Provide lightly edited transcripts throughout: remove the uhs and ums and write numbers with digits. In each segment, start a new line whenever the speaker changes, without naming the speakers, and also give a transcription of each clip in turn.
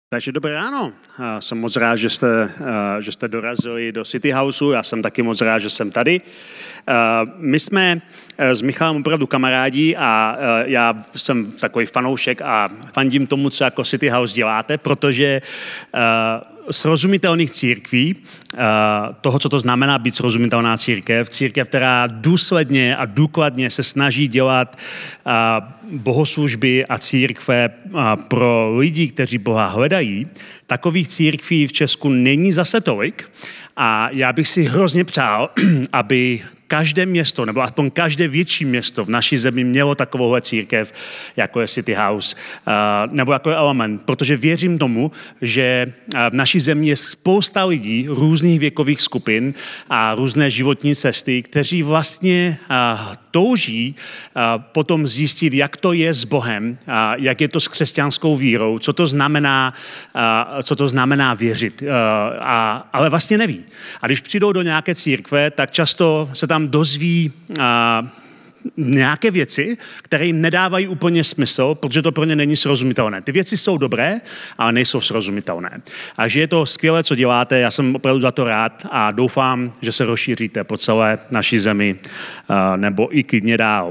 Takže dobré ráno. Jsem moc rád, že jste dorazili do City Houseu. Já jsem taky moc rád, že jsem tady. My jsme s Michalem opravdu kamarádi a já jsem takový fanoušek a fandím tomu, co jako City House děláte, protože srozumitelných církví, toho, co to znamená být srozumitelná církev, která důsledně a důkladně se snaží dělat bohoslužby a církve pro lidi, kteří Boha hledají, takových církví v Česku není zase tolik a já bych si hrozně přál, aby každé město, nebo aspoň každé větší město v naší zemi mělo takovouhle církev, jako je City House, nebo jako je Element, protože věřím tomu, že v naší zemi je spousta lidí různých věkových skupin a různé životní cesty, kteří vlastně touží potom zjistit, jak to je s Bohem, jak je to s křesťanskou vírou, co to znamená věřit, ale vlastně neví. A když přijdou do nějaké církve, tak často se tam dozví nějaké věci, které jim nedávají úplně smysl, protože to pro ně není srozumitelné. Ty věci jsou dobré, ale nejsou srozumitelné. A že je to skvělé, co děláte, já jsem opravdu za to rád a doufám, že se rozšíříte po celé naší zemi nebo i klidně dál.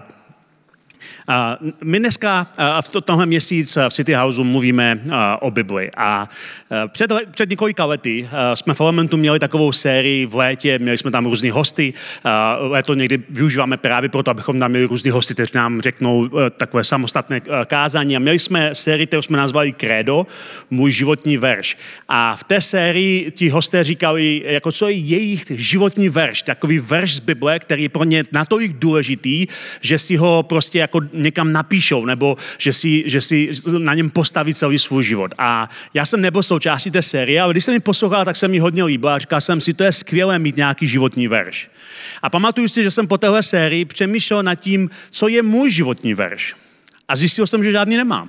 My dneska v tomhle měsíc v City Houseu mluvíme o Bibli a před několika lety jsme v Elementu měli takovou sérii v létě, měli jsme tam různý hosty, léto někdy využíváme právě proto, abychom tam měli různý hosty, kteří nám řeknou takové samostatné kázání a měli jsme sérii, kterou jsme nazvali Credo, můj životní verš. A v té sérii ti hosté říkali, jako co je jejich životní verš, takový verš z Bible, který je pro ně natolik důležitý, že si ho prostě jako někam napíšou, nebo že si na něm postaví celý svůj život. A já jsem nebyl součástí té série, ale když jsem ji poslouchal, tak se mi hodně líbila a říkal jsem si, to je skvělé mít nějaký životní verš. A pamatuju si, že jsem po téhle sérii přemýšlel nad tím, co je můj životní verš. A zjistil jsem, že žádný nemám.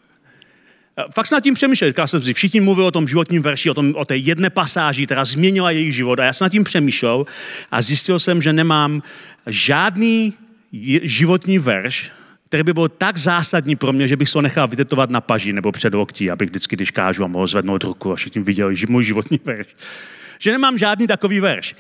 Fakt jsem nad tím přemýšlel. Říkal jsem si, všichni mluvili o tom životním verši, o té jedné pasáži, která změnila jejich život. A já jsem nad tím přemýšlel a zjistil jsem, že nemám žádný životní verš, který by byl tak zásadní pro mě, že bych se ho nechal vytetovat na paži nebo před loktí, abych vždycky, když kážu a mohl zvednout ruku a všichni viděli můj životní verš. Že nemám žádný takový verš.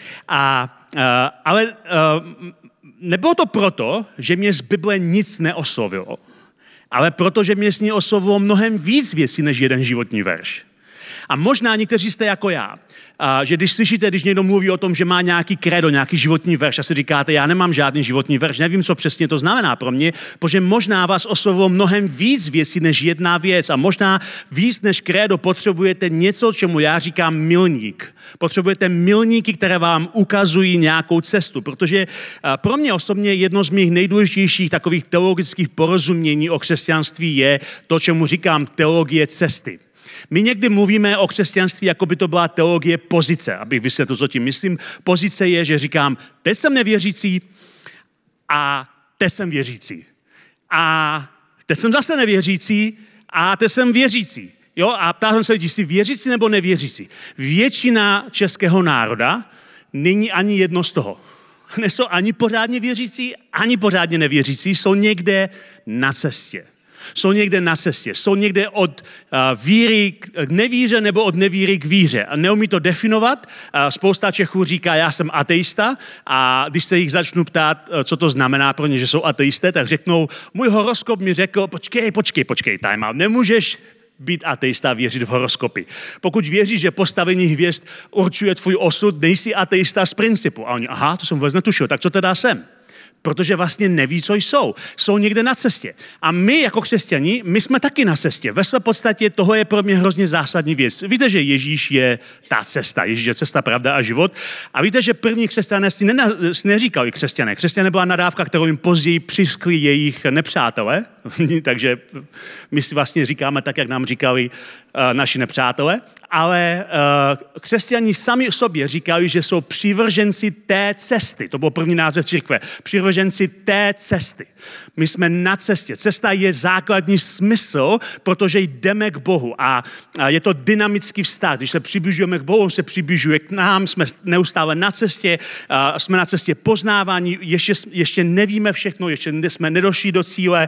Ale nebylo to proto, že mě z Bible nic neoslovilo, ale proto, že mě s ní oslovilo mnohem víc věcí než jeden životní verš. A možná někteří jste jako já, že když slyšíte, když někdo mluví o tom, že má nějaký credo, nějaký životní verš a si říkáte, já nemám žádný životní verš, nevím, co přesně to znamená pro mě, protože možná vás oslovilo mnohem víc věcí než jedna věc a možná víc než credo potřebujete něco, čemu já říkám milník. Potřebujete milníky, které vám ukazují nějakou cestu, protože pro mě osobně jedno z mých nejdůležitějších takových teologických porozumění o křesťanství je to, čemu říkám teologie cesty. My někdy mluvíme o křesťanství, jako by to byla teologie pozice, abych vysvětlil, co tím myslím. Pozice je, že říkám, teď jsem nevěřící a teď jsem věřící. A teď jsem zase nevěřící a teď jsem věřící. Jo? A ptám jsem se, jsi věřící nebo nevěřící. Většina českého národa není ani jedno z toho. Nejsou ani pořádně věřící, ani pořádně nevěřící, jsou někde na cestě. Jsou někde od víry k nevíře nebo od nevíry k víře. A neumí to definovat. Spousta Čechů říká, já jsem ateista a když se jich začnu ptát, co to znamená pro ně, že jsou ateisté, tak řeknou, můj horoskop mi řekl, počkej, time out, nemůžeš být ateista a věřit v horoskopy. Pokud věříš, že postavení hvězd určuje tvůj osud, nejsi ateista z principu. A oni, aha, to jsem vůbec netušil, tak co teda jsem? Protože vlastně neví, co jsou. Jsou někde na cestě. A my jako křesťani, my jsme taky na cestě. Ve své podstatě toho je pro mě hrozně zásadní věc. Víte, že Ježíš je ta cesta. Ježíš je cesta, pravda a život. A víte, že první křesťané si neříkali křesťané. Křesťané byla nadávka, kterou jim později přiskli jejich nepřátelé. Takže my si vlastně říkáme tak, jak nám říkali naši nepřátelé. Ale křesťani sami o sobě říkali, že jsou přívrženci té cesty. To byl první název církve. Přívrženci té cesty. My jsme na cestě. Cesta je základní smysl, protože jdeme k Bohu. A je to dynamický vztah. Když se přibližujeme k Bohu, on se přibližuje k nám, jsme neustále na cestě, jsme na cestě poznávání, ještě nevíme všechno, ještě jsme nedošli do cíle,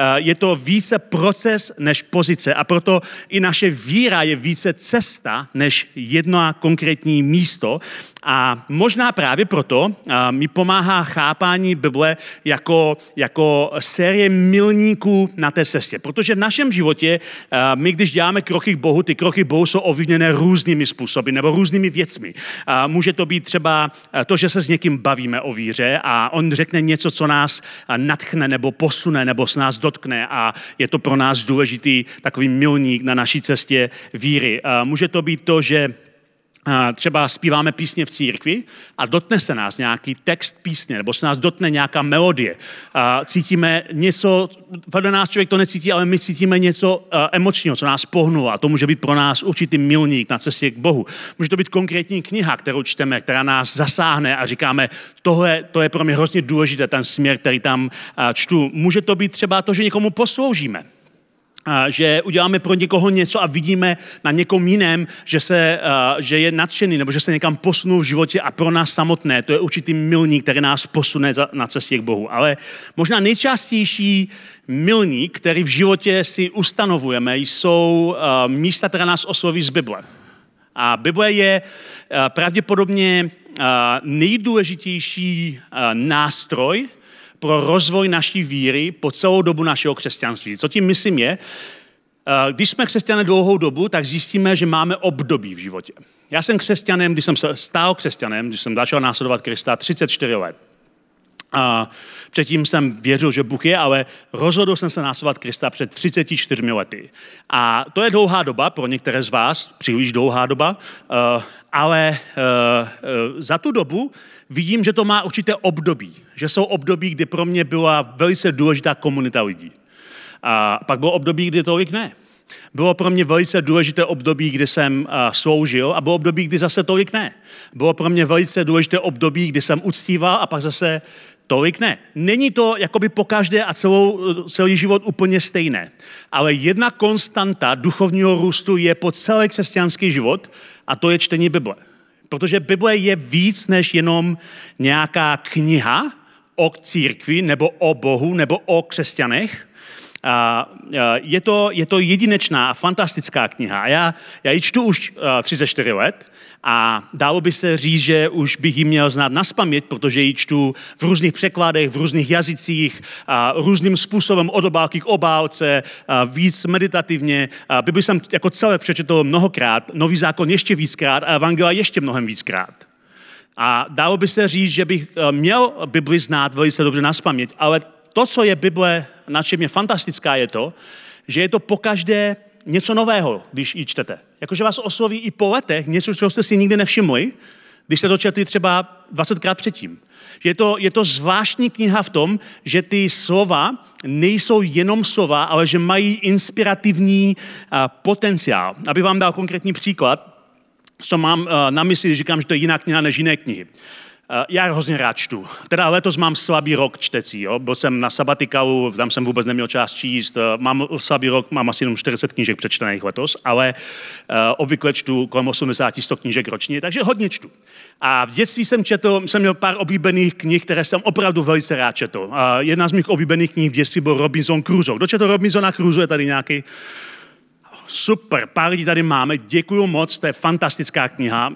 je to více proces než pozice a proto i naše víra je více cesta než jedno konkrétní místo. A možná právě proto mi pomáhá chápání Bible jako série milníků na té cestě. Protože v našem životě my, když děláme kroky k Bohu, ty kroky k Bohu jsou ovlivněné různými způsoby nebo různými věcmi. Může to být třeba to, že se s někým bavíme o víře a on řekne něco, co nás nadchne nebo posune nebo s nás dotkne a je to pro nás důležitý takový milník na naší cestě víry. Může to být to, že třeba zpíváme písně v církvi a dotne se nás nějaký text písně, nebo se nás dotne nějaká melodie. Cítíme něco, vedle nás člověk to necítí, ale my cítíme něco emočního, co nás pohnulo a to může být pro nás určitý milník na cestě k Bohu. Může to být konkrétní kniha, kterou čteme, která nás zasáhne a říkáme, tohle to je pro mě hrozně důležité, ten směr, který tam čtu. Může to být třeba to, že někomu posloužíme. Že uděláme pro někoho něco a vidíme na někom jiném, že je nadšený nebo že se někam posunul v životě a pro nás samotné. To je určitý milník, který nás posune na cestě k Bohu. Ale možná nejčastější milník, který v životě si ustanovujeme, jsou místa, která nás osloví z Bible. A Bible je pravděpodobně nejdůležitější nástroj pro rozvoj naší víry po celou dobu našeho křesťanství. Co tím myslím je, když jsme křesťané dlouhou dobu, tak zjistíme, že máme období v životě. Já jsem křesťanem, když jsem se stal křesťanem, když jsem začal následovat Krista 34 let. Předtím jsem věřil, že Bůh je, ale rozhodl jsem se následovat Krista před 34 lety. A to je dlouhá doba, pro některé z vás, příliš dlouhá doba, ale za tu dobu vidím, že to má určité období. Že jsou období, kdy pro mě byla velice důležitá komunita lidí. A pak bylo období, kdy tolik ne. Bylo pro mě velice důležité období, kdy jsem sloužil a bylo období, kdy zase tolik ne. Bylo pro mě velice důležité období, kdy jsem uctíval a pak zase tolik ne. Není to jakoby pokaždé a celý život úplně stejné. Ale jedna konstanta duchovního růstu je po celý křesťanský život a to je čtení Bible. Protože Bible je víc než jenom nějaká kniha o církvi nebo o Bohu nebo o křesťanech. Je to jedinečná a fantastická kniha. Já ji čtu už 34 let a dalo by se říct, že už bych ji měl znát nazpaměť, protože ji čtu v různých překladech, v různých jazycích, různým způsobem od obálky k obálce, víc meditativně. Bibli jsem jako celé přečetl mnohokrát, Nový zákon ještě víckrát a evangelia ještě mnohem víckrát. A dalo by se říct, že bych měl Bibli znát velice dobře nazpaměť, ale to, co je Bible, na čem je fantastická, je to, že je to pokaždé něco nového, když ji čtete. Jakože vás osloví i po letech něco, čeho jste si nikdy nevšimli, když jste to četli třeba 20krát předtím. Že je to zvláštní kniha v tom, že ty slova nejsou jenom slova, ale že mají inspirativní potenciál. Abych vám dal konkrétní příklad, co mám na mysli, když říkám, že to je jiná kniha než jiné knihy. Já hrozně rád čtu. Teda letos mám slabý rok čtecí. Jo? Byl jsem na sabatikalu, tam jsem vůbec neměl čas číst. Mám slabý rok, mám asi jenom 40 knížek přečtených letos, ale obvykle čtu kolem 80-100 knížek ročně, takže hodně čtu. A v dětství jsem měl pár oblíbených knih, které jsem opravdu velice rád četl. Jedna z mých oblíbených knih v dětství byl Robinson Crusoe. Kdo četl Robinsona Crusoe? Je tady nějaký? Super, pár lidí tady máme, děkuju moc, to je fantastická kniha.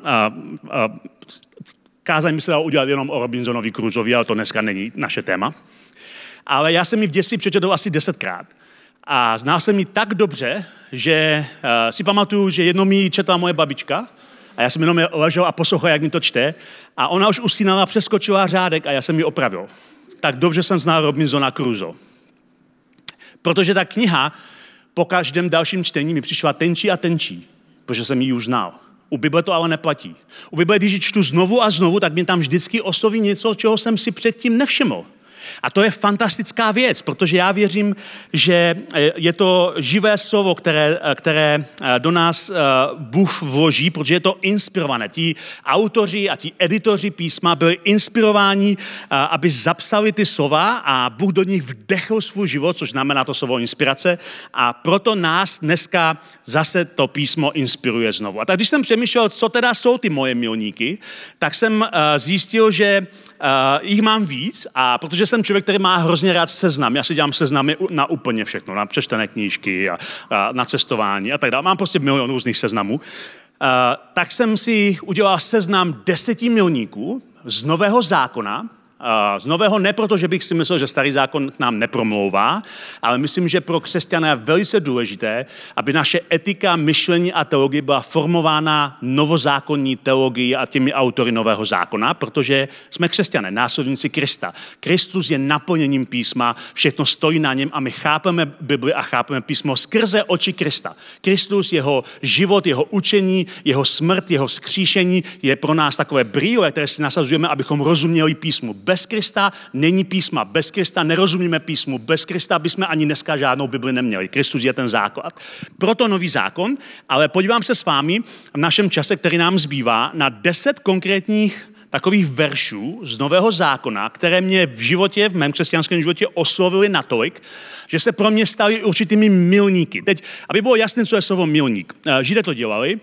Kázání se dalo udělat jenom o Robinsonovi Crusoeovi, ale to dneska není naše téma. Ale já jsem ji v dětství přečetl asi 10krát. A znal jsem ji tak dobře, že si pamatuju, že jednou mi ji četla moje babička a já jsem jenom ležel a poslouchal, jak mi to čte. A ona už usínala, přeskočila řádek a já jsem ji opravil. Tak dobře jsem znal Robinsona Crusoe. Protože ta kniha po každém dalším čtení mi přišla tenčí a tenčí, protože jsem ji už znal. U Bible to ale neplatí. U Bible, když ji čtu znovu a znovu, tak mě tam vždycky osloví něco, čeho jsem si předtím nevšiml. A to je fantastická věc, protože já věřím, že je to živé slovo, které do nás Bůh vloží, protože je to inspirované. Ti autoři a ti editoři písma byli inspirováni, aby zapsali ty slova a Bůh do nich vdechl svůj život, což znamená to slovo inspirace. A proto nás dneska zase to písmo inspiruje znovu. A tak když jsem přemýšlel, co teda jsou ty moje milníky, tak jsem zjistil, že jich mám víc, a protože jsem člověk, který má hrozně rád seznam, já si dělám seznamy na úplně všechno, na přečtené knížky a na cestování a tak dále. Mám prostě milion různých seznamů. Tak jsem si udělal seznam 10 milníků z Nového zákona. Z Nového ne proto, že bych si myslel, že Starý zákon k nám nepromlouvá, ale myslím, že pro křesťana je velice důležité, aby naše etika, myšlení a teologie byla formována novozákonní teologií a těmi autory Nového zákona, protože jsme křesťané, následovníci Krista. Kristus je naplněním písma, všechno stojí na něm a my chápeme Bibli a chápeme písmo skrze oči Krista. Kristus, jeho život, jeho učení, jeho smrt, jeho vzkříšení je pro nás takové brýle, které si nasazujeme, abychom rozuměli písmu. Bez Krista není písma, bez Krista nerozumíme písmu, bez Krista bychom ani dneska žádnou Bibli neměli. Kristus je ten základ. Proto Nový zákon, ale podívám se s vámi v našem čase, který nám zbývá, na 10 konkrétních takových veršů z Nového zákona, které mě v životě, v mém křesťanském životě oslovily natolik, že se pro mě staly určitými milníky. Teď, aby bylo jasné, co je slovo milník. Židé to dělali,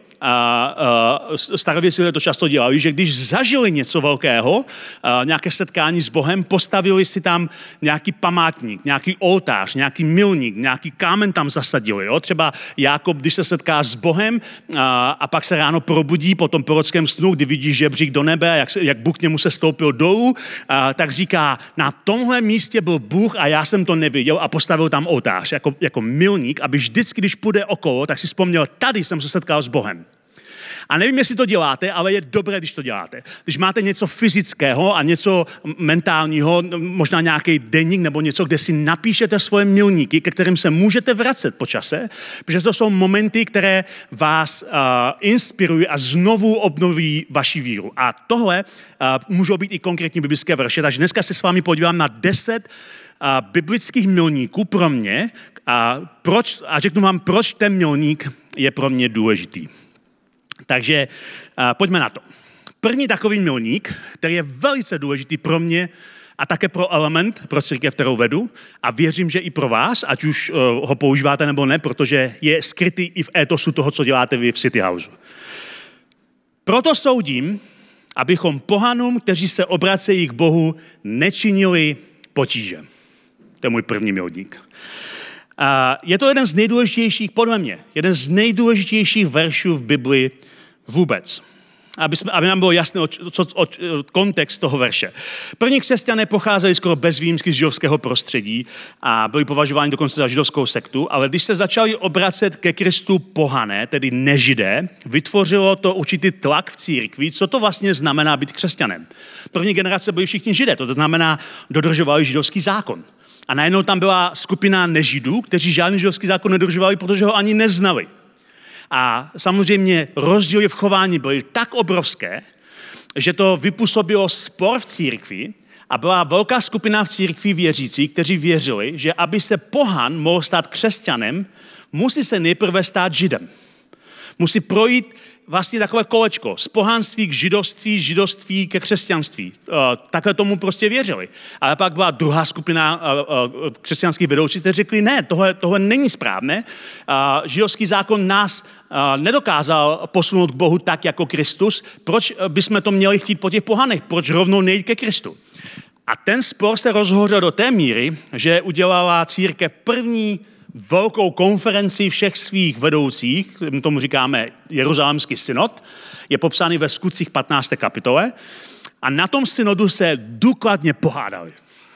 starověci to často dělali, že když zažili něco velkého, nějaké setkání s Bohem, postavili si tam nějaký památník, nějaký oltář, nějaký milník, nějaký kámen tam zasadili. Jo? Třeba Jákob, když se setká s Bohem a pak se ráno probudí po tom prorockém snu, kdy vidí žebřík do nebe, jak Bůh k němu se stoupil dolů, tak říká, na tomhle místě byl Bůh a já jsem to neviděl a postavil tam oltář jako milník, aby vždycky, když půjde okolo, tak si vzpomněl, tady jsem se setkal s Bohem. A nevím, jestli to děláte, ale je dobré, když to děláte. Když máte něco fyzického a něco mentálního, možná nějaký deník nebo něco, kde si napíšete svoje milníky, ke kterým se můžete vracet po čase, protože to jsou momenty, které vás inspirují a znovu obnoví vaši víru. A tohle můžou být i konkrétní biblické verše, takže dneska se s vámi podívám na 10 biblických milníků pro mě a řeknu vám, proč ten milník je pro mě důležitý. Takže pojďme na to. První takový milník, který je velice důležitý pro mě a také pro Element, pro církev, kterou vedu, a věřím, že i pro vás, ať už ho používáte nebo ne, protože je skrytý i v étosu toho, co děláte vy v City Houseu. Proto soudím, abychom pohanům, kteří se obracejí k Bohu, nečinili potíže. To je můj první milník. Je to jeden z nejdůležitějších, podle mě, jeden z nejdůležitějších veršů v Bibli vůbec. Aby nám bylo jasné kontext toho verše. První křesťané pocházeli skoro bez výjimky z židovského prostředí a byli považováni dokonce za židovskou sektu, ale když se začali obracet ke Kristu pohané, tedy nežidé, vytvořilo to určitý tlak v církvi, co to vlastně znamená být křesťanem. První generace byli všichni židé, to znamená, dodržovali židovský zákon. A najednou tam byla skupina nežidů, kteří žádný židovský zákon nedodržovali, protože ho ani neznali. A samozřejmě rozdíly v chování byly tak obrovské, že to vypůsobilo spor v církvi a byla velká skupina v církvi věřících, kteří věřili, že aby se pohan mohl stát křesťanem, musí se nejprve stát židem. Musí projít vlastně takové kolečko z pohanství k židovství ke křesťanství. Takhle tomu prostě věřili. Ale pak byla druhá skupina křesťanských vedoucích, kteří řekli, ne, tohle není správné. Židovský zákon nás nedokázal posunout k Bohu tak jako Kristus. Proč bychom to měli chtít po těch pohanech? Proč rovnou nejít ke Kristu? A ten spor se rozhořel do té míry, že udělala církev první velkou konferenci všech svých vedoucích, tomu říkáme Jeruzalémský synod, je popsaný ve Skutcích 15. kapitole a na tom synodu se důkladně pohádali.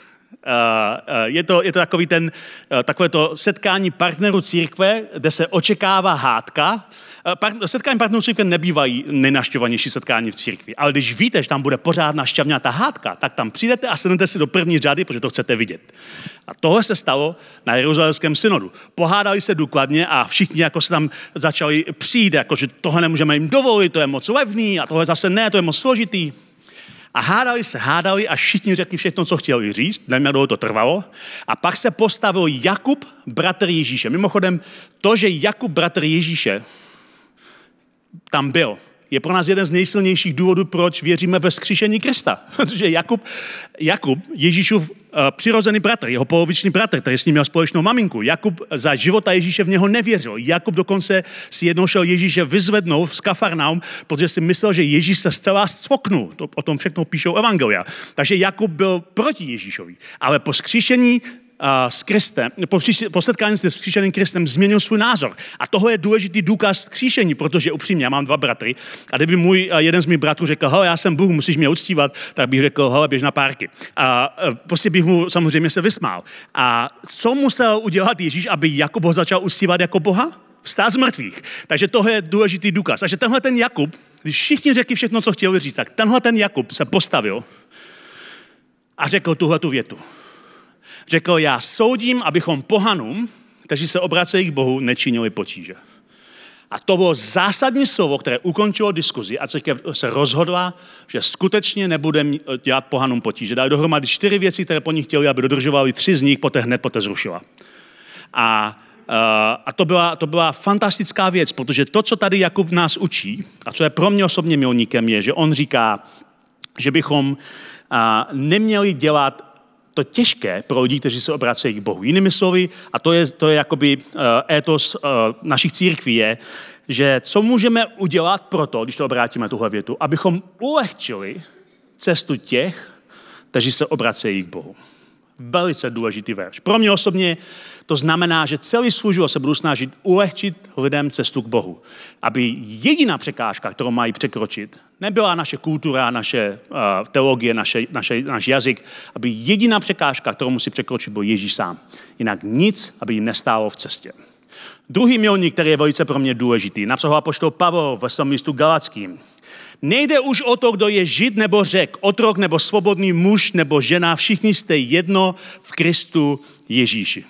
Je to takové to setkání partnerů církve, kde se očekává hádka. Setkání partnerů církve nebývají nejnaštěvovanější setkání v církvi, ale když víte, že tam bude pořád naštěvňatá hádka, tak tam přijdete a sednete si do první řady, protože to chcete vidět. A tohle se stalo na Jeruzalémském synodu. Pohádali se důkladně a všichni jako se tam začali přijít, jako že tohle nemůžeme jim dovolit, to je moc levný a tohle zase ne, to je moc složitý. A hádali a všichni řekli všechno, co chtěli říct, nevím, jak dlouho to trvalo. A pak se postavil Jakub, bratr Ježíše. Mimochodem, to, že Jakub, bratr Ježíše, tam byl, je pro nás jeden z nejsilnějších důvodů, proč věříme ve vzkříšení Krista. Protože Jakub, Ježíšův přirozený bratr, jeho poloviční bratr, který s ním měl společnou maminku. Jakub za života Ježíše v něho nevěřil. Jakub dokonce si jednou šel Ježíše vyzvednout z Kafarnaum, protože si myslel, že Ježíš se zcela zcvoknul. O tom všechno píšou evangelia. Takže Jakub byl proti Ježíšovi. Ale po vzkříšení s Kristem, po setkání s vzkříšeným Kristem změnil svůj názor. A toho je důležitý důkaz vzkříšení, protože upřímně, já mám 2 bratry a kdyby jeden z mých bratrů řekl, hele, já jsem Bůh, musíš mě uctívat, tak bych řekl, hele, běž na párky. A prostě bych mu samozřejmě se vysmál. A co musel udělat Ježíš, aby Jakub ho začal uctívat jako Boha? Vstát z mrtvých. Takže toho je důležitý důkaz. Takže tenhle ten Jakub, když všichni řekli všechno, co chtěli říct, tak tenhle ten Jakub se postavil a řekl tuhletu větu. Řekl, já soudím, abychom pohanům, kteří se obracejí k Bohu, nečinili potíže. A to bylo zásadní slovo, které ukončilo diskuzi a církev se rozhodla, že skutečně nebude dělat pohanům potíže. Dali dohromady 4 věci, které po nich chtěli, aby dodržovali, 3 z nich hned poté zrušila. A to byla fantastická věc, protože to, co tady Jakub nás učí, a co je pro mě osobně milníkem, je, že on říká, že bychom neměli dělat to těžké pro lidi, kteří se obracejí k Bohu. Jinými slovy, a to je jakoby étos našich církví je, že co můžeme udělat proto, když to obrátíme tuhle větu, abychom ulehčili cestu těch, kteří se obracejí k Bohu. Velice důležitý verš. Pro mě osobně to znamená, že celý svůj život se budu snažit ulehčit lidem cestu k Bohu. Aby jediná překážka, kterou mají překročit, nebyla naše kultura, naše teologie, náš jazyk, aby jediná překážka, kterou musí překročit, byl Ježíš sám. Jinak nic, aby jim nestálo v cestě. Druhý milník, který je velice pro mě důležitý, napsal ho apoštol Pavel ve svém listu Galackým. Nejde už o to, kdo je Žid nebo Řek, otrok nebo svobodný muž nebo žena, všichni jste jedno v Kristu Ježíši.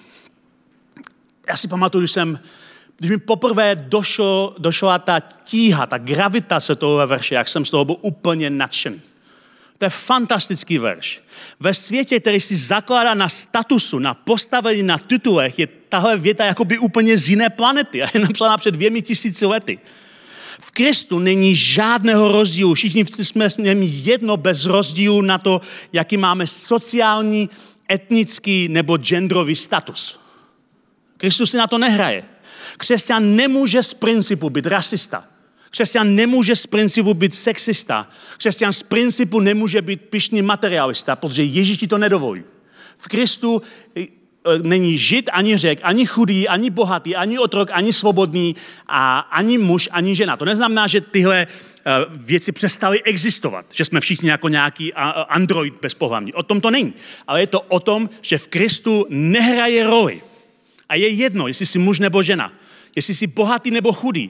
Já si pamatuju, když mi poprvé došla ta tíha, ta gravitace tohohle verše, jak jsem z toho byl úplně nadšený. To je fantastický verš. Ve světě, který si zakládá na statusu, na postavení, na titulech, je tahle věta jakoby úplně z jiné planety a je napsána před 2000 lety. V Kristu není žádného rozdílu. Všichni jsme s ním jedno bez rozdílu na to, jaký máme sociální, etnický nebo genderový status. Kristus si na to nehraje. Křesťan nemůže z principu být rasista. Křesťan nemůže z principu být sexista. Křesťan z principu nemůže být pyšný materialista, protože Ježíš ti to nedovolí. V Kristu není Žid, ani Řek, ani chudý, ani bohatý, ani otrok, ani svobodný, a ani muž, ani žena. To neznamená, že tyhle věci přestaly existovat, že jsme všichni jako nějaký android bezpohlavní. O tom to není. Ale je to o tom, že v Kristu nehraje roli. A je jedno, jestli jsi muž nebo žena, jestli jsi bohatý nebo chudý,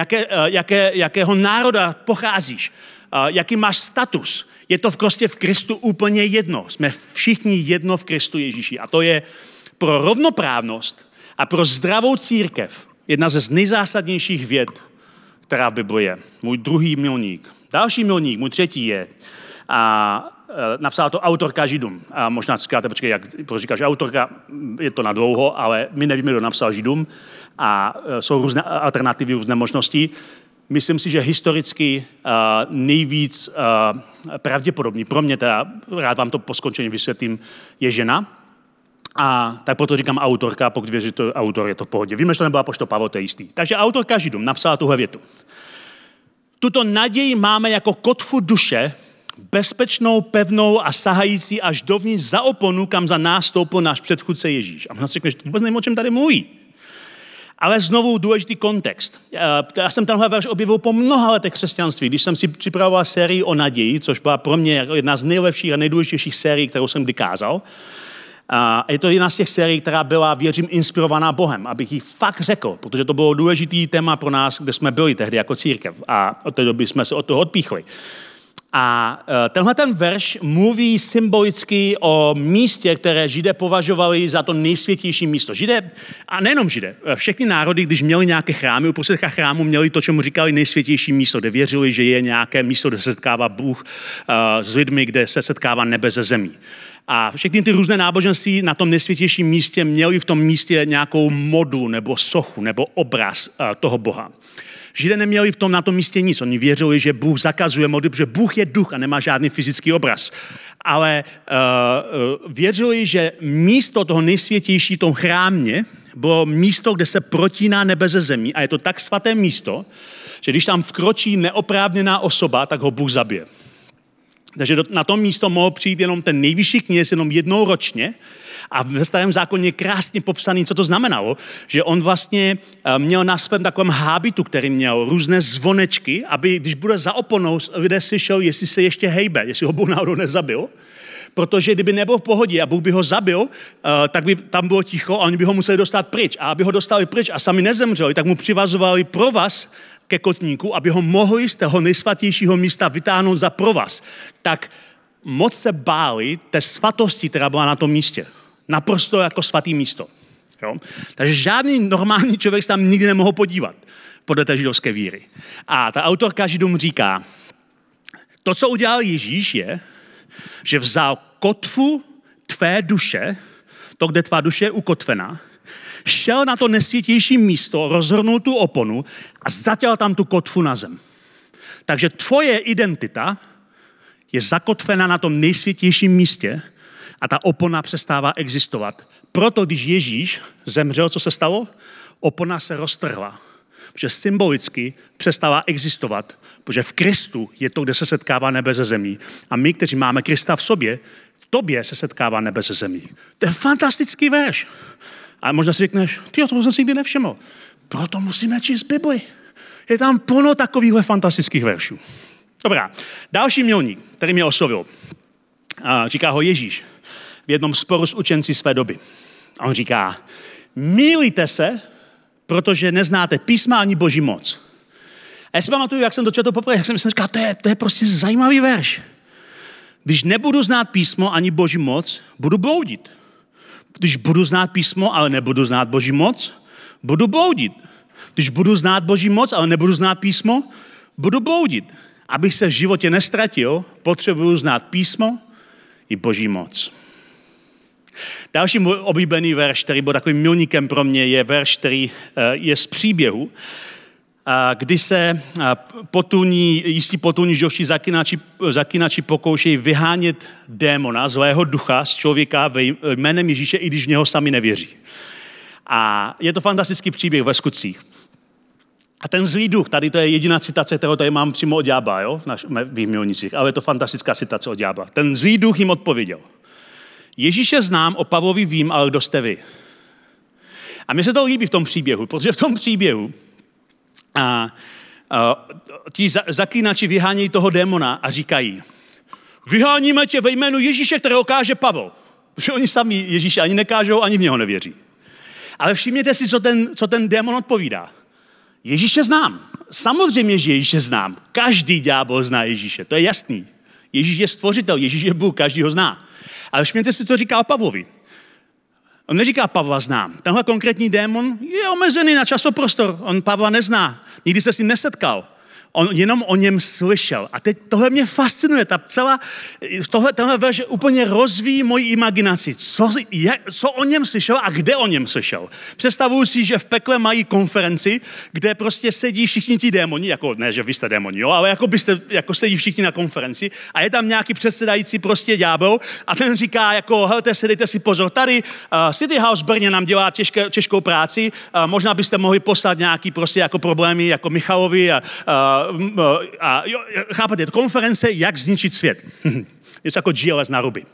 jakého národa pocházíš, jaký máš status. Je to prostě v Kristu úplně jedno. Jsme všichni jedno v Kristu Ježíši. A to je pro rovnoprávnost a pro zdravou církev jedna ze nejzásadnějších věd, která v Bibli je. Můj druhý milník. Další milník, můj třetí je, napsala to autorka Židům. A možná říkáte, počkej, proč říkáš autorka, je to na dlouho, ale my nevíme, kdo napsal Židům a jsou různé alternativy, různé možnosti. Myslím si, že historicky nejvíc pravděpodobný, pro mě teda, rád vám to po skončení vysvětlím, je žena. A tak proto říkám autorka, pokud věříte, že to autor, je to v pohodě. Víme, že to nebyla apoštol Pavel, to je jistý. Takže autorka Židům napsala tuhle větu. Tuto naději máme jako kotvu duše, bezpečnou, pevnou a sahající až dovnitř za oponu, kam za nás stoupil náš předchůdce Ježíš. A možná si řekneš, vůbec nevím, o čem tady mluví. Ale znovu důležitý kontext. Já jsem tenhle verš objevil po mnoha letech křesťanství, když jsem si připravoval sérii o naději, což byla pro mě jedna z nejlepších a nejdůležitějších sérií, kterou jsem kdy kázal. A je to jedna z těch sérií, která byla, věřím, inspirovaná Bohem, abych ji fakt řekl, protože to bylo důležitý téma pro nás, kde jsme byli tehdy jako církev a od té doby jsme se od toho odpíchli. A tenhle ten verš mluví symbolicky o místě, které Židé považovali za to nejsvětější místo. Židé, a nejenom Židé, všechny národy, když měli nějaké chrámy, uprostřed chrámu měli to, čemu říkali nejsvětější místo, kde věřili, že je nějaké místo, kde se setkává Bůh s lidmi, kde se setkává nebe ze zemí. A všechny ty různé náboženství na tom nejsvětějším místě měli v tom místě nějakou modu nebo sochu nebo obraz toho Boha. Židé neměli na tom místě nic. Oni věřili, že Bůh zakazuje modlit, protože Bůh je duch a nemá žádný fyzický obraz. ale věřili, že místo toho nejsvětější v tom chrámě bylo místo, kde se protíná nebe ze zemí a je to tak svaté místo, že když tam vkročí neoprávněná osoba, tak ho Bůh zabije. Takže na to místo mohl přijít jenom ten nejvyšší kněz jenom jednou ročně a ve Starém zákoně je krásně popsaný, co to znamenalo, že on vlastně měl na svém takovém hábitu, který měl různé zvonečky, aby když bude za oponou, lidé slyšel, jestli se ještě hejbe, jestli ho Bůh náhodou nezabil. Protože kdyby nebyl v pohodě a Bůh by ho zabil, tak by tam bylo ticho a oni by ho museli dostat pryč. A aby ho dostali pryč a sami nezemřeli, tak mu přivazovali provaz ke kotníku, aby ho mohli z toho nejsvatějšího místa vytáhnout za provaz. Tak moc se báli té svatosti, která byla na tom místě. Naprosto jako svatý místo. Jo? Takže žádný normální člověk se tam nikdy nemohl podívat podle té židovské víry. A ta autorka Židům říká, to, co udělal Ježíš, je, že vzal kotvu tvé duše, to, kde tvá duše je ukotvena, šel na to nesvětější místo, rozhrnul tu oponu a zatěl tam tu kotvu na zem. Takže tvoje identita je zakotvena na tom nejsvětějším místě a ta opona přestává existovat. Proto, když Ježíš zemřel, co se stalo? Opona se roztrhla. Protože symbolicky přestává existovat, protože v Kristu je to, kde se setkává nebe ze zemí. A my, kteří máme Krista v sobě, v tobě se setkává nebe ze zemí. To je fantastický verš. A možná si řekneš, tyjo, toho jsem si nikdy nevšiml. Proto musíme číst Bibli. Je tam plno takovýchhle fantastických veršů. Dobrá, další milník, který mě oslovil. Říká ho Ježíš v jednom sporu s učenci své doby. A on říká, mýlíte se, protože neznáte písma ani Boží moc. A já si pamatuju, jak jsem to četl poprvé, jak jsem říkal, to je prostě zajímavý verš. Když nebudu znát písmo ani Boží moc, budu bloudit. Když budu znát písmo, ale nebudu znát Boží moc, budu bloudit. Když budu znát Boží moc, ale nebudu znát písmo, budu bloudit. Abych se v životě nestratil, potřebuju znát písmo i Boží moc. Další můj oblíbený verš, který byl takovým milníkem pro mě, je verš, který je z příběhu, kdy se jistí potulní židovští zaklínači pokoušejí vyhánět démona, zlého ducha z člověka jménem Ježíše, i když v něho sami nevěří. A je to fantastický příběh ve Skutcích. A ten zlý duch, tady to je jediná citace, kterou tady mám přímo od ďábla, jo, v milnicích, ale je to fantastická citace od ďábla. Ten zlý duch jim odpověděl. Ježíše znám, o Pavlovi vím, ale kdo jste vy? A mně se to líbí v tom příběhu, protože v tom příběhu ti zaklínači vyhánějí toho démona a říkají, vyháníme tě ve jménu Ježíše, kterého káže Pavel. Protože oni sami Ježíše ani nekážou, ani v něho nevěří. Ale všimněte si, co ten démon odpovídá. Ježíše znám. Samozřejmě, že Ježíše znám. Každý ďábel zná Ježíše, to je jasný. Ježíš je stvořitel, Ježíš je Bůh, každý ho zná. Ale všimněte si, co říká Pavlovi. On neříká Pavla znám. Tenhle konkrétní démon je omezený na časoprostor. On Pavla nezná. Nikdy se s ním nesetkal. On jenom o něm slyšel. A teď tohle mě fascinuje. Tenhle verš úplně rozvíjí moji imaginaci. Co o něm slyšel a kde o něm slyšel. Představuju si, že v pekle mají konferenci, kde prostě sedí všichni ti démoni, jako ne, že vy jste démoni, jo, ale jako sedí všichni na konferenci a je tam nějaký předsedající prostě ďábel a ten říká jako, helte, dejte si pozor, tady City House v Brně nám dělá těžkou práci, možná byste mohli poslat nějaký prostě jako problémy jako Michalovi a chápete, konference, jak zničit svět. Je to jako GLS na ruby.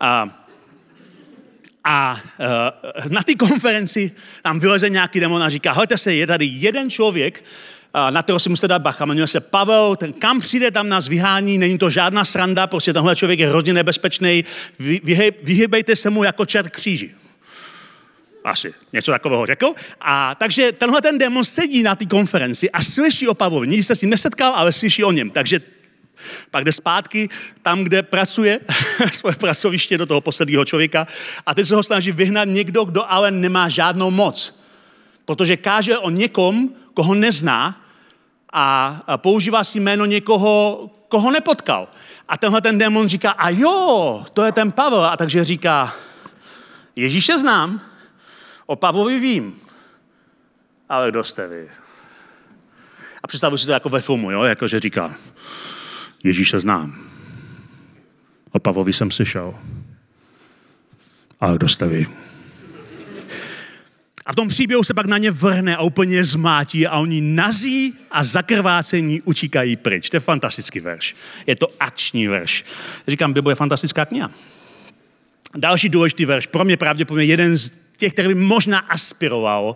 Na té konferenci tam vyleze nějaký démon a říká, hejte se, je tady jeden člověk, na kterého si musíte dát bacha, jmenuje se Pavel, ten kam přijde, tam nás vyhání, není to žádná sranda, prostě tenhle člověk je hrozně nebezpečný, vyhybejte se mu jako čert kříži. Asi něco takového řekl. A takže tenhle ten démon sedí na té konferenci a slyší o Pavlovi. Nikdy se s ním nesetkal, ale slyší o něm. Takže pak jde zpátky tam, kde pracuje, svoje pracoviště do toho posledního člověka a teď se ho snaží vyhnat někdo, kdo ale nemá žádnou moc. Protože káže o někom, koho nezná a používá si jméno někoho, koho nepotkal. A tenhle ten démon říká, a jo, to je ten Pavel. A takže říká, Ježíše znám, o Pavlovi vím, ale kdo jste vy? A představuji si to jako ve filmu, jo? Jako že říká, Ježíše znám, O Pavlovi jsem slyšel. Ale kdo jste vy? A v tom příběhu se pak na ně vrhne a úplně zmátí a oni nazí a zakrvácení utíkají pryč. To je fantastický verš. Je to akční verš. Říkám, Bible je fantastická kniha. Další důležitý verš, pro mě pravděpodobně jeden z těch, který by možná aspiroval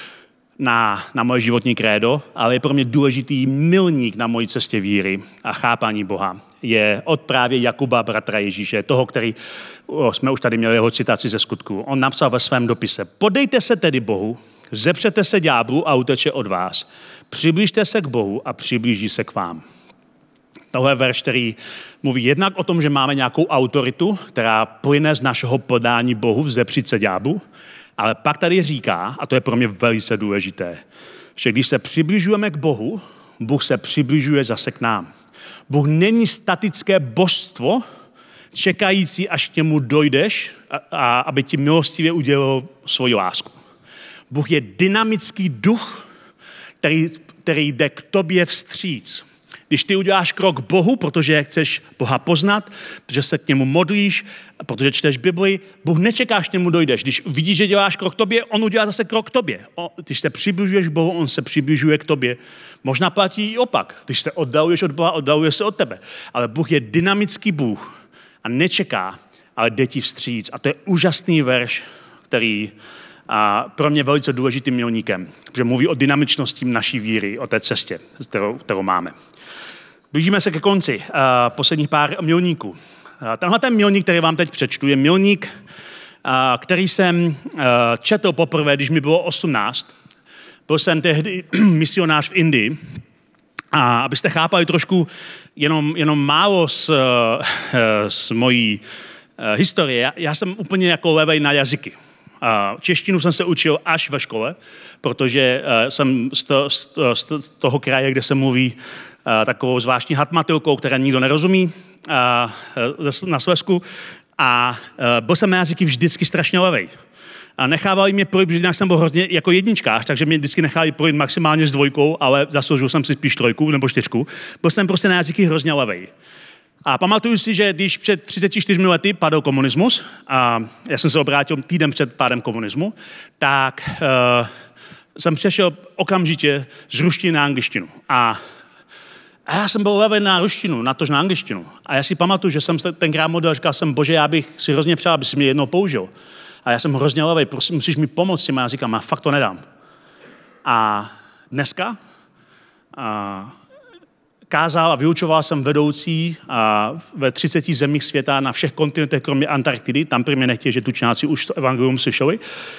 na moje životní krédo, ale je pro mě důležitý milník na mojí cestě víry a chápání Boha. Je od právě Jakuba, bratra Ježíše, toho, který jsme už tady měli jeho citaci ze Skutků. On napsal ve svém dopise: Podejte se tedy Bohu, zepřete se ďáblu a uteče od vás. Přiblížte se k Bohu a přiblíží se k vám. Tohle je verš, který mluví jednak o tom, že máme nějakou autoritu, která plyne z našeho podání Bohu, vzepřít se ďáblu, ale pak tady říká, a to je pro mě velice důležité, že když se přibližujeme k Bohu, Bůh se přibližuje zase k nám. Bůh není statické božstvo, čekající, až k němu dojdeš, a aby ti milostivě udělal svoji lásku. Bůh je dynamický duch, který jde k tobě vstříc. Když ty uděláš krok k Bohu, protože chceš Boha poznat, protože se k němu modlíš, protože čteš Bibli, Bůh nečeká, až k němu dojdeš. Když vidíš, že děláš krok k tobě, on udělá zase krok k tobě. Když se přibližuješ k Bohu, on se přibližuje k tobě. Možná platí i opak. Když se oddaluješ od Boha, oddaluje se od tebe. Ale Bůh je dynamický Bůh a nečeká, ale jde ti vstříc. A to je úžasný verš, který a pro mě velice důležitým milníkem, protože mluví o dynamičnosti naší víry, o té cestě, kterou máme. Blížíme se ke konci. Posledních pár milníků. Tenhle ten milník, který vám teď přečtu, je milník, který jsem četl poprvé, když mi bylo 18. Byl jsem tehdy misionář v Indii. A abyste chápali trošku jenom málo z mojí historie, já jsem úplně jako levej na jazyky. Češtinu jsem se učil až ve škole, protože jsem z toho kraje, kde se mluví takovou zvláštní hatmatilkou, která nikdo nerozumí na Slezsku. A byl jsem na jazyky vždycky strašně levej. A nechávali mě projít, protože jinak jsem byl hrozně jako jedničkář, takže mě vždycky nechali projít maximálně s 2, ale zasloužil jsem si spíš 3 nebo 4. Byl jsem prostě na jazyky hrozně levej. A pamatuju si, že když před 34 lety padl komunismus, a já jsem se obrátil týden před pádem komunismu, tak jsem přešel okamžitě z ruštiny na angličtinu. A já jsem byl levý na ruštinu, natož na angličtinu. A já si pamatuju, že jsem tenkrát modlil, říkal jsem, Bože, já bych si hrozně přál, aby si mě jednou použil. A já jsem hrozně levý, prosím, musíš mi pomoct s těma jazykama, fakt to nedám. A dneska kázal a vyučoval jsem vedoucí ve 30 zemích světa na všech kontinentech, kromě Antarktidy. Tam prý mě nechtějí, že tučňáci už evangelium slyšeli.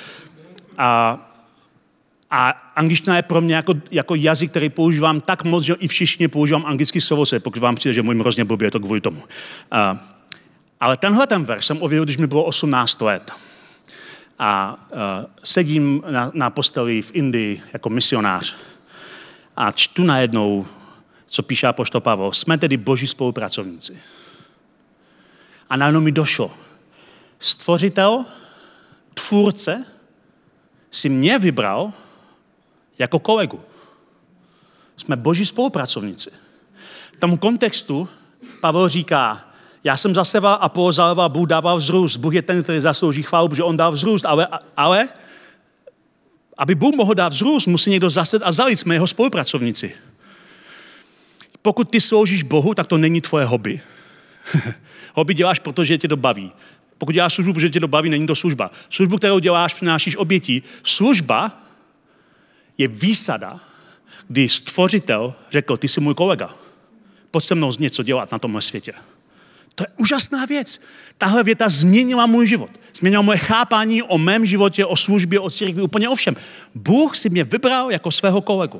A angličtina je pro mě jako jazyk, který používám tak moc, že i v češtině používám anglický slovoset, pokud vám přijde, že mluvím hrozně blbě, je to kvůli tomu. Ale tenhle ten verš jsem objevil, když mi bylo 18 let. A sedím na posteli v Indii jako misionář a čtu najednou, co píše apoštol Pavel. Jsme tedy boží spolupracovníci. A najednou mi došlo. Stvořitel, tvůrce si mě vybral jako kolegu. Jsme boží spolupracovníci. V tom kontextu Pavel říká, já jsem zaseval, Apollos zaleval, Bůh dával vzrůst. Bůh je ten, který zaslouží chválu, protože on dal vzrůst. Ale aby Bůh mohl dát vzrůst, musí někdo zaset a zalít. Jsme jeho spolupracovníci. Pokud ty sloužíš Bohu, tak to není tvoje hobby. Hobby děláš, protože tě to baví. Pokud děláš službu, protože tě to baví, není to služba. Službu, kterou děláš, přinášíš obětí. Služba je výsada, kdy stvořitel řekl, ty jsi můj kolega. Pojď se mnou něco dělat na tomhle světě. To je úžasná věc. Tahle věta změnila můj život. Změnila moje chápání o mém životě, o službě, o církvi, úplně o všem. Bůh si mě vybral jako svého kolegu.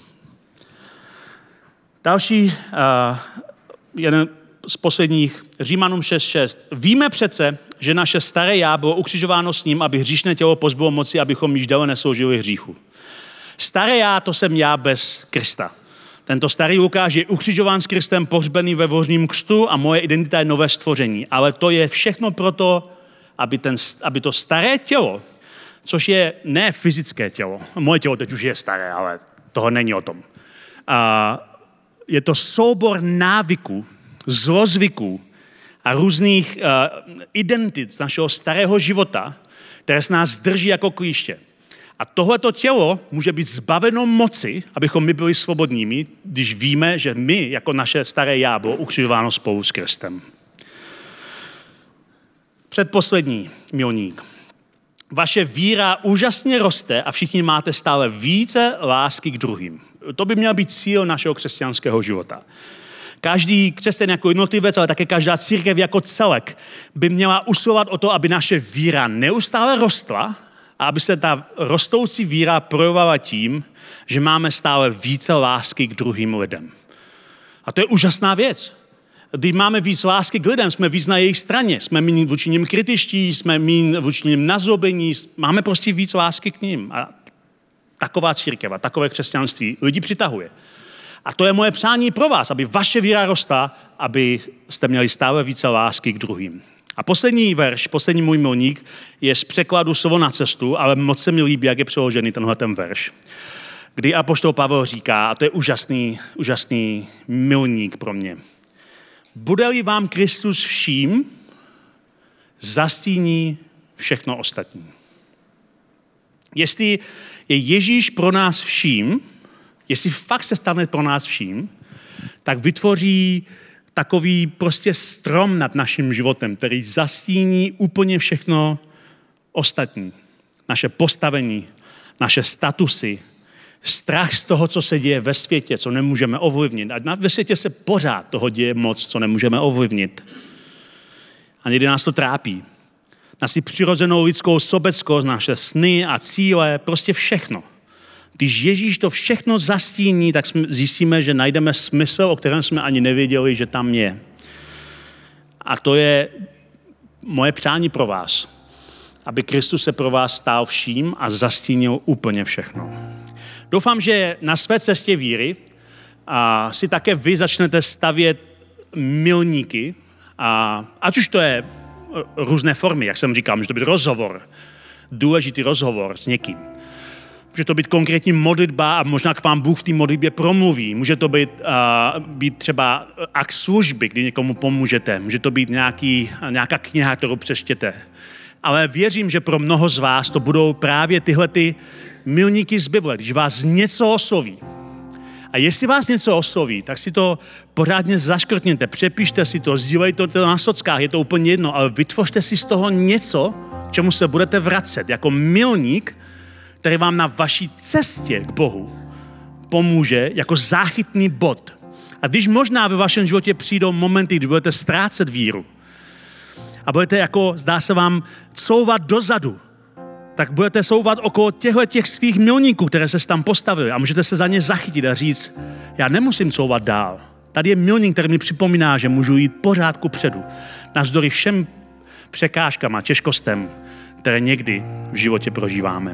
Další, jeden z posledních, Římanům 6.6. Víme přece, že naše staré já bylo ukřižováno s ním, aby hříšné tělo pozbylo moci, abychom již déle nesloužili hříchu. Staré já, to jsem já bez Krista. Tento starý Lukáš je ukřižován s Kristem, pohřbený ve vožním křtu a moje identita je nové stvoření. Ale to je všechno proto, aby to staré tělo, což je ne fyzické tělo, moje tělo teď už je staré, ale toho není o tom. Je to soubor návyků, zlozvyků a různých identit z našeho starého života, které s nás drží jako klíště. A tohleto tělo může být zbaveno moci, abychom my byli svobodními, když víme, že my, jako naše staré já, bylo ukřižováno spolu s Kristem. Předposlední milník. Vaše víra úžasně roste a všichni máte stále více lásky k druhým. To by měl být cíl našeho křesťanského života. Každý křesťan jako jednotlivec, ale také každá církev jako celek by měla usilovat o to, aby naše víra neustále rostla a aby se ta rostoucí víra projevovala tím, že máme stále více lásky k druhým lidem. A to je úžasná věc. Když máme víc lásky k lidem, jsme víc na jejich straně, jsme méně vůči nim kritičtí, jsme méně vůči nim nazlobení, máme prostě víc lásky k nim. A taková církev a takové křesťanství lidi přitahuje. A to je moje přání pro vás, aby vaše víra rostla, aby jste měli stále více lásky k druhým. A poslední verš, poslední můj milník, je z překladu Slovo na cestu, ale moc se mi líbí, jak je přeložený tenhle ten verš. Kdy apoštol Pavel říká, a to je úžasný milník pro mě. Bude-li vám Kristus vším, zastíní všechno ostatní. Jestli je Ježíš pro nás vším, jestli fakt se stane pro nás vším, tak vytvoří takový prostě strom nad naším životem, který zastíní úplně všechno ostatní. Naše postavení, naše statusy, strach z toho, co se děje ve světě, co nemůžeme ovlivnit. A ve světě se pořád toho děje moc, co nemůžeme ovlivnit. A někdy nás to trápí. Naši přirozenou lidskou sobeckost, naše sny a cíle, prostě všechno. Když Ježíš to všechno zastíní, tak zjistíme, že najdeme smysl, o kterém jsme ani nevěděli, že tam je. A to je moje přání pro vás, aby Kristus se pro vás stál vším a zastínil úplně všechno. Doufám, že na své cestě víry si také vy začnete stavět milníky, ať už to je různé formy, jak jsem říkal, může to být rozhovor, důležitý rozhovor s někým. Může to být konkrétní modlitba a možná k vám Bůh v té modlitbě promluví. Může to být třeba akt služby, kdy někomu pomůžete. Může to být nějaká kniha, kterou přečtěte. Ale věřím, že pro mnoho z vás to budou právě tyhle ty milníky z Bible, když vás něco osloví. A jestli vás něco osloví, tak si to pořádně zaškrtněte, přepište si to, sdílejte to na sockách, je to úplně jedno, ale vytvořte si z toho něco, k čemu se budete vracet, jako milník, který vám na vaší cestě k Bohu pomůže jako záchytný bod. A když možná ve vašem životě přijdou momenty, kdy budete ztrácet víru a budete zdá se vám, couvat dozadu, tak budete souvat okolo těch svých milníků, které se tam postavili a můžete se za ně zachytit a říct, já nemusím couvat dál. Tady je milník, který mi připomíná, že můžu jít pořád kupředu. Navzdory všem překážkám a těžkostem, které někdy v životě prožíváme.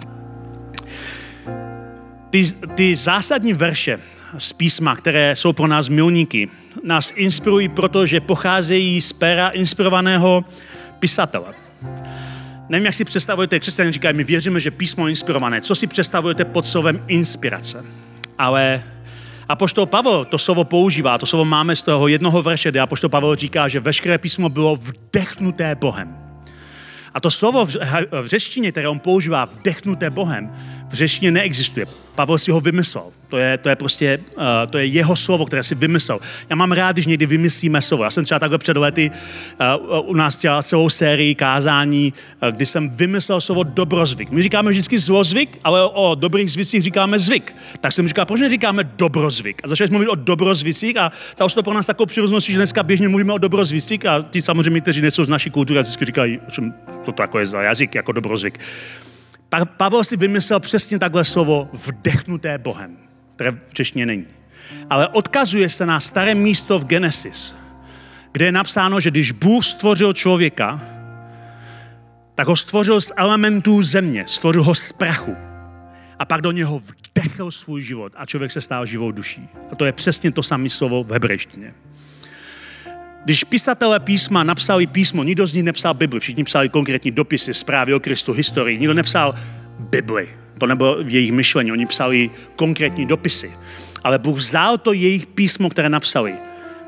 Ty zásadní verše z písma, které jsou pro nás milníky, nás inspirují, protože pocházejí z péra inspirovaného pisatele. Nevím, jak si představujete, křesťané říkají, my věříme, že písmo je inspirované. Co si představujete pod slovem inspirace? Ale apoštol Pavel to slovo používá, to slovo máme z toho jednoho verše, kde apoštol Pavel říká, že veškeré písmo bylo vdechnuté Bohem. A to slovo v řečtině, které on používá, vdechnuté Bohem, v řečtině neexistuje. Pavel si ho vymyslel. To je jeho slovo, které si vymyslel. Já mám rád, když někdy vymyslíme slovo. Já jsem třeba takhle před lety u nás dělal celou sérii kázání, kdy jsem vymyslel slovo dobrozvyk. My říkáme vždycky zlozvyk, ale o dobrých zvicích říkáme zvyk. Tak jsem říkal, proč neříkáme dobrozvyk? A začali jsme mluvit o dobrozvicích a stalo se to pro nás takovou přirozeností, že dneska běžně mluvíme o dobrozvicích a ti samozřejmě, kteří nejsou z naší kultury, a vždycky říkají, co to jako je za jazyk, jako dobrozvyk. Pavel si vymyslel přesně takhle slovo vdechnuté Bohem, které v češtině není. Ale odkazuje se na staré místo v Genesis, kde je napsáno, že když Bůh stvořil člověka, tak ho stvořil z elementů země, stvořil ho z prachu. A pak do něho vdechl svůj život a člověk se stal živou duší. A to je přesně to samé slovo v hebrejštině. Když pisatelé písma napsali písmo, nikdo z nich nepsal Bibli, všichni psali konkrétní dopisy, zprávy o Kristu, historii, nikdo nepsal Bibli. To nebylo v jejich myšlení, oni psali konkrétní dopisy. Ale Bůh vzal to jejich písmo, které napsali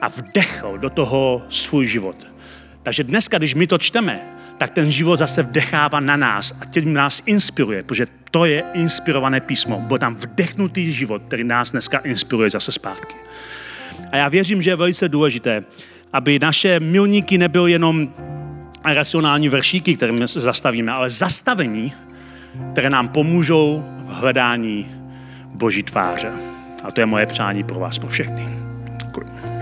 a vdechl do toho svůj život. Takže dneska, když my to čteme, tak ten život zase vdechává na nás a tím nás inspiruje, protože to je inspirované písmo. Byl tam vdechnutý život, který nás dneska inspiruje zase zpátky. A já věřím, že je velice důležité, aby naše milníky nebyly jenom racionální veršíky, kterými se zastavíme, ale zastavení, které nám pomůžou v hledání Boží tváře. A to je moje přání pro vás, pro všechny. Děkuji.